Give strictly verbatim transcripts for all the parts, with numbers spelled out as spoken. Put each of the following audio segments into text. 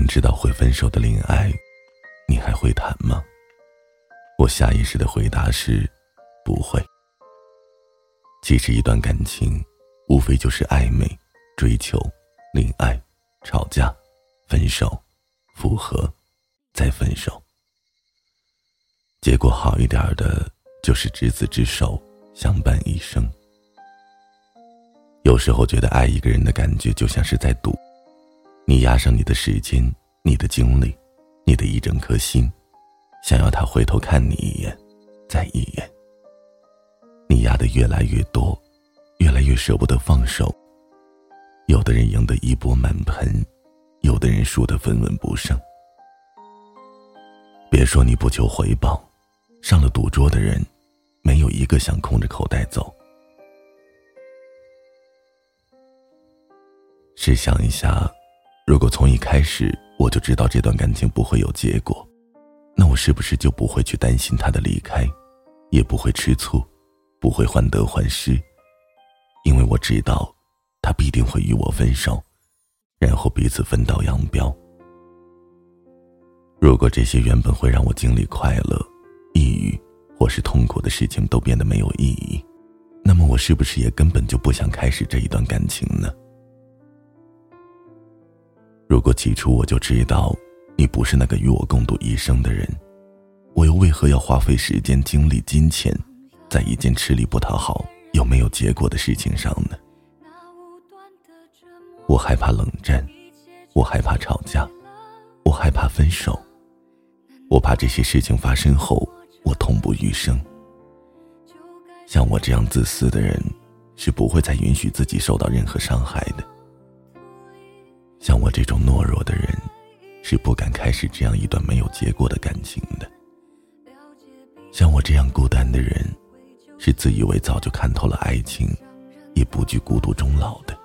知道会分手的恋爱，你还会谈吗？我下意识的回答是不会。其实一段感情无非就是暧昧、追求、恋爱、吵架、分手、复合，再分手。结果好一点的就是执子之手，相伴一生。有时候觉得爱一个人的感觉就像是在赌，你押上你的时间、你的精力、你的一整颗心，想要他回头看你一眼，再一眼。你压得越来越多，越来越舍不得放手。有的人赢得一钵满盆，有的人输得分文不剩。别说你不求回报，上了赌桌的人，没有一个想空着口袋走。试想一下，如果从一开始我就知道这段感情不会有结果，那我是不是就不会去担心他的离开，也不会吃醋，不会患得患失，因为我知道他必定会与我分手，然后彼此分道扬镳。如果这些原本会让我经历快乐、抑郁或是痛苦的事情都变得没有意义，那么我是不是也根本就不想开始这一段感情呢？如果起初我就知道你不是那个与我共度一生的人，我又为何要花费时间、精力、金钱在一件吃力不讨好又没有结果的事情上呢？我害怕冷战，我害怕吵架，我害怕分手，我怕这些事情发生后我痛不欲生。像我这样自私的人是不会再允许自己受到任何伤害的。像我这种懦弱的人是不敢开始这样一段没有结果的感情的。像我这样孤单的人是自以为早就看透了爱情，也不惧孤独终老的。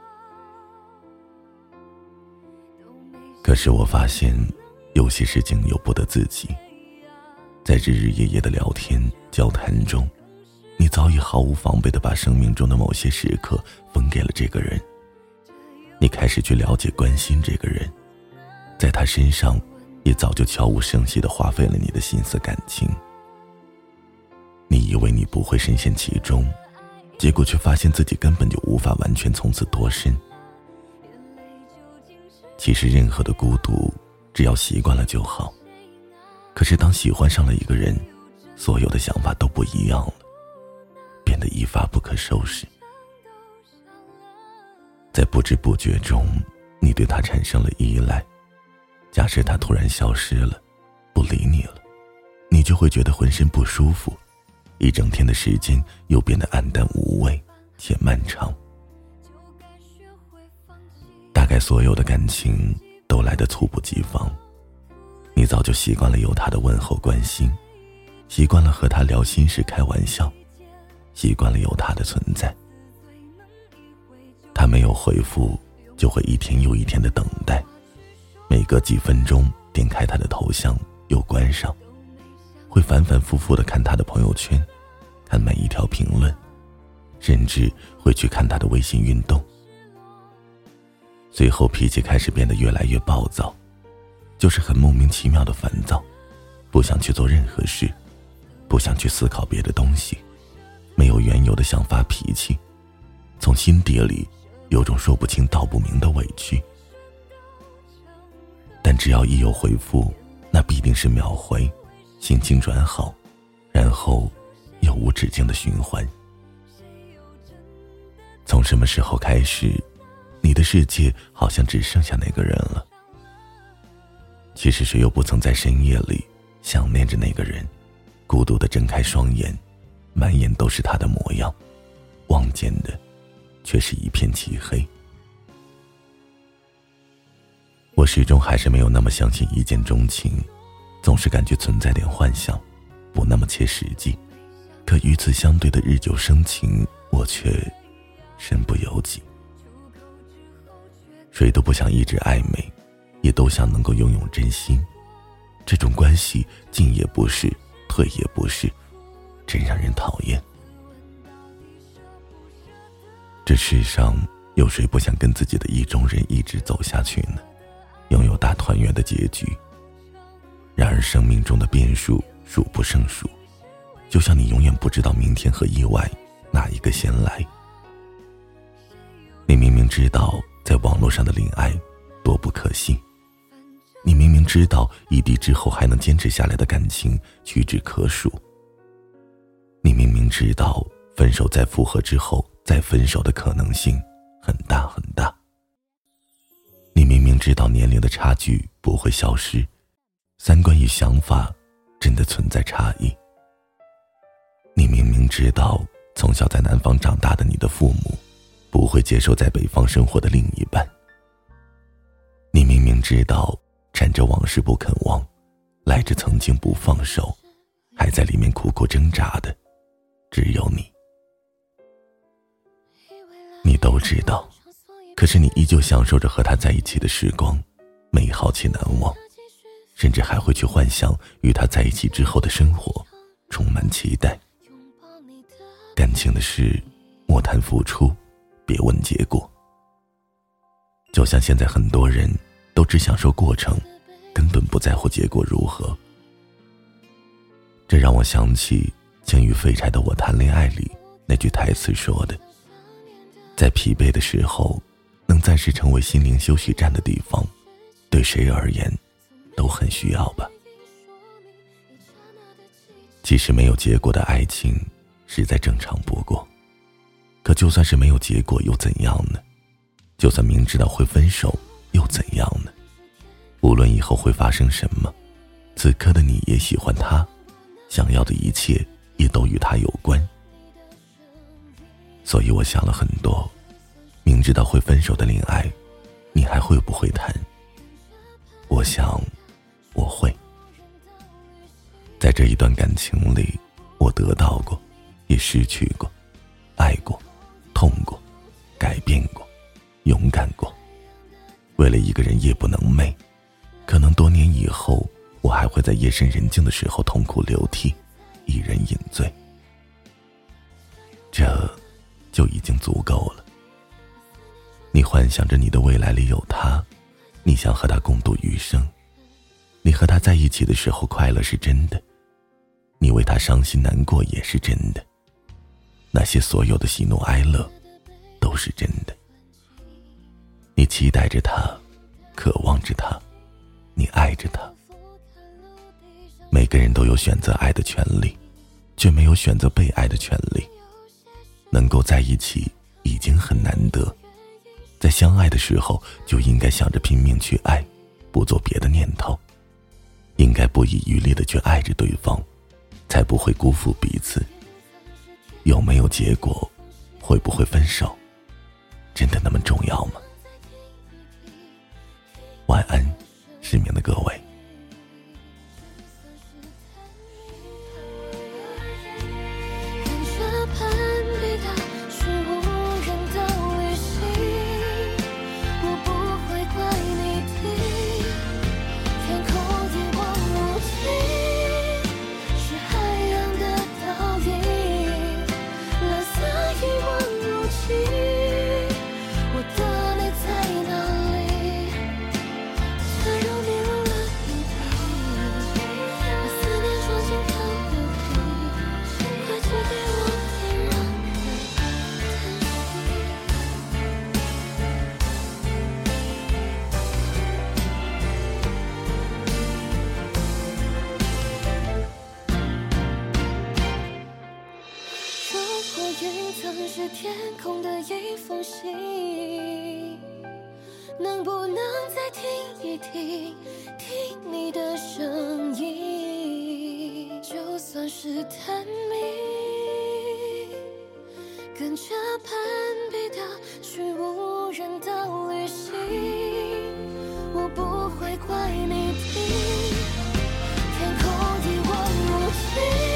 可是我发现有些事情由不得自己，在日日夜夜的聊天交谈中，你早已毫无防备地把生命中的某些时刻分给了这个人。你开始去了解关心这个人，在他身上也早就悄无声息地花费了你的心思感情。你以为你不会深陷其中，结果却发现自己根本就无法完全从此脱身。其实任何的孤独只要习惯了就好，可是当喜欢上了一个人，所有的想法都不一样了，变得一发不可收拾。在不知不觉中，你对他产生了依赖。假设他突然消失了，不理你了，你就会觉得浑身不舒服，一整天的时间又变得黯淡无味且漫长。大概所有的感情都来得猝不及防，你早就习惯了有他的问候关心，习惯了和他聊心事开玩笑，习惯了有他的存在。他没有回复，就会一天又一天的等待，每隔几分钟点开他的头像又关上，会反反复复的看他的朋友圈，看每一条评论，甚至会去看他的微信运动。随后脾气开始变得越来越暴躁，就是很莫名其妙的烦躁，不想去做任何事，不想去思考别的东西，没有缘由的想发脾气，从心底里有种说不清道不明的委屈。但只要一有回复，那必定是秒回，心情转好，然后又无止境的循环。从什么时候开始，你的世界好像只剩下那个人了？其实谁又不曾在深夜里想念着那个人，孤独地睁开双眼，满眼都是他的模样，望见的却是一片漆黑。我始终还是没有那么相信一见钟情，总是感觉存在点幻想，不那么切实际。可与此相对的日久生情，我却身不由己。谁都不想一直暧昧，也都想能够拥有真心。这种关系进也不是，退也不是，真让人讨厌。这世上有谁不想跟自己的意中人一直走下去呢？拥有大团圆的结局。然而生命中的变数数不胜数，就像你永远不知道明天和意外哪一个先来。你明明知道在网络上的恋爱多不可信，你明明知道异地之后还能坚持下来的感情屈指可数，你明明知道分手再复合之后再分手的可能性很大很大，你明明知道年龄的差距不会消失，三观与想法真的存在差异，你明明知道从小在南方长大的你的父母不会接受在北方生活的另一半，你明明知道缠着往事不肯忘，赖着曾经不放手，还在里面苦苦挣扎的只有你。你都知道，可是你依旧享受着和他在一起的时光，美好且难忘，甚至还会去幻想与他在一起之后的生活，充满期待。感情的事莫谈付出，别问结果。就像现在很多人都只享受过程，根本不在乎结果如何。这让我想起轻于废柴的我谈恋爱里那句台词说的，在疲惫的时候能暂时成为心灵休息站的地方，对谁而言都很需要吧。其实没有结果的爱情实在正常不过，可就算是没有结果又怎样呢？就算明知道会分手又怎样呢？无论以后会发生什么，此刻的你也喜欢他，想要的一切也都与他有关。所以我想了很多，明知道会分手的恋爱，你还会不会谈？我想我会。在这一段感情里，我得到过，也失去过，爱过，痛过，改变过，勇敢过。为了一个人夜不能寐，可能多年以后，我还会在夜深人静的时候痛哭流涕，一人饮醉。这就已经足够了。你幻想着你的未来里有他，你想和他共度余生，你和他在一起的时候快乐是真的，你为他伤心难过也是真的，那些所有的喜怒哀乐都是真的。你期待着他，渴望着他，你爱着他。每个人都有选择爱的权利，却没有选择被爱的权利。能够在一起已经很难得，在相爱的时候就应该想着拼命去爱，不做别的念头，应该不遗余力地去爱着对方，才不会辜负彼此。有没有结果，会不会分手，真的那么重要吗？晚安，失眠的各位。 是天空的一封信，能不能再听一听，听你的声音？就算是探秘，跟着攀比的去无人的旅行，我不会怪你听，天空一望无际。